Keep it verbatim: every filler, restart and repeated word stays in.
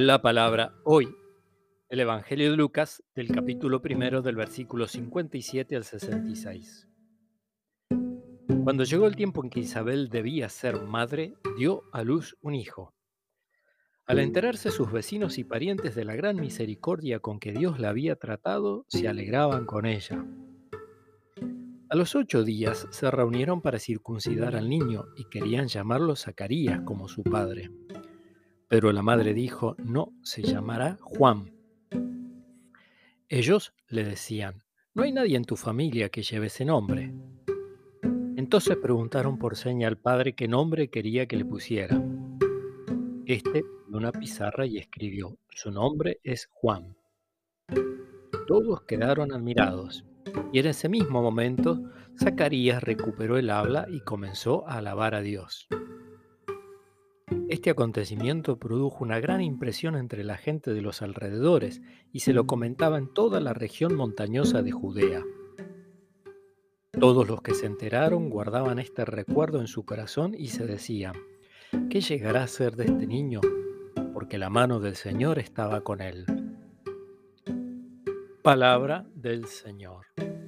La palabra hoy, el Evangelio de Lucas, del capítulo primero, del versículo cincuenta y siete al sesenta y seis. Cuando llegó el tiempo en que Isabel debía ser madre, dio a luz un hijo. Al enterarse sus vecinos y parientes de la gran misericordia con que Dios la había tratado, se alegraban con ella. A los ocho días se reunieron para circuncidar al niño y querían llamarlo Zacarías como su padre. Pero la madre dijo: no, se llamará Juan. Ellos le decían: no hay nadie en tu familia que lleve ese nombre. Entonces preguntaron por seña al padre qué nombre quería que le pusiera. Este dio una pizarra y escribió: su nombre es Juan. Todos quedaron admirados, y en ese mismo momento Zacarías recuperó el habla y comenzó a alabar a Dios. Este acontecimiento produjo una gran impresión entre la gente de los alrededores y se lo comentaba en toda la región montañosa de Judea. Todos los que se enteraron guardaban este recuerdo en su corazón y se decían: ¿qué llegará a ser de este niño? Porque la mano del Señor estaba con él. Palabra del Señor.